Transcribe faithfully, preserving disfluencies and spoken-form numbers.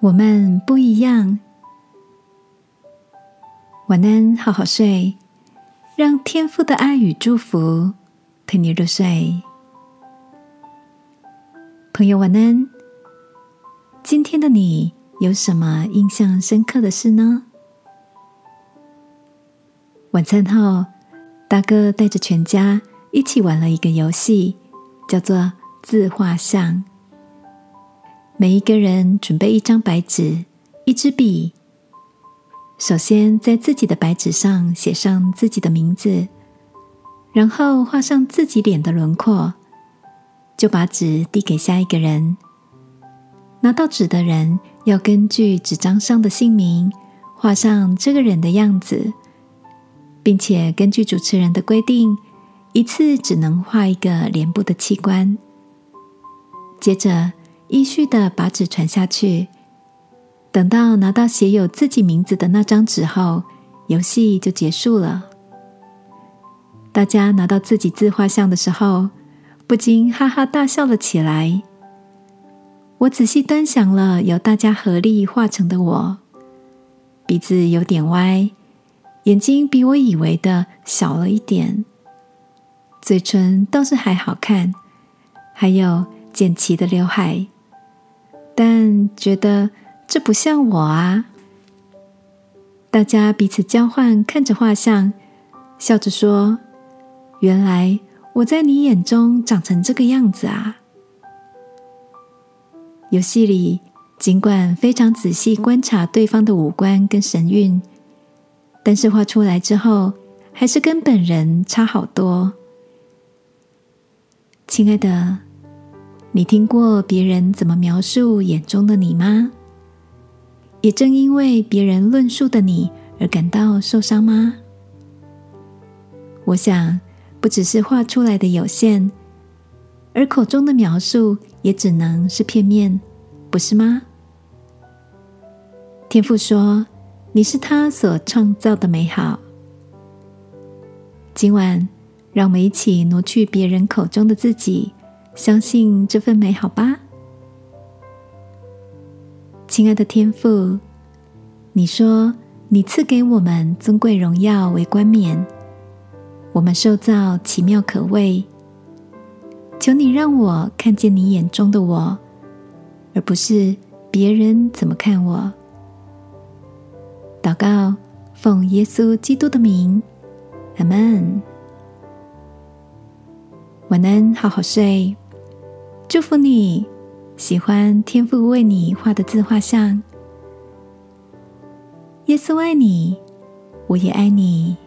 我们不一样。晚安，好好睡，让天父的爱与祝福陪你入睡。朋友晚安，今天的你有什么印象深刻的事呢？晚餐后，大哥带着全家一起玩了一个游戏，叫做自画像。每一个人准备一张白纸，一支笔。首先在自己的白纸上写上自己的名字，然后画上自己脸的轮廓，就把纸递给下一个人。拿到纸的人要根据纸张上的姓名画上这个人的样子，并且根据主持人的规定，一次只能画一个脸部的器官。接着依序地把纸传下去，等到拿到写有自己名字的那张纸后，游戏就结束了。大家拿到自己自画像的时候，不禁哈哈大笑了起来。我仔细端详了由大家合力画成的我，鼻子有点歪，眼睛比我以为的小了一点，嘴唇倒是还好看，还有剪齐的刘海，但觉得这不像我啊。大家彼此交换看着画像，笑着说，原来我在你眼中长成这个样子啊。游戏里尽管非常仔细观察对方的五官跟神韵，但是画出来之后还是跟本人差好多。亲爱的，你听过别人怎么描述眼中的你吗？也正因为别人论述的你而感到受伤吗？我想不只是画出来的有限，而口中的描述也只能是片面，不是吗？天父说，你是他所创造的美好。今晚让我们一起挪去别人口中的自己，相信这份美好吧。亲爱的天父，你说你赐给我们尊贵荣耀为冠冕，我们受造奇妙可畏。求你让我看见你眼中的我，而不是别人怎么看我。祷告，奉耶稣基督的名，阿们。晚安，好好睡。祝福你，喜欢天父为你画的自画像。耶稣爱你，我也爱你。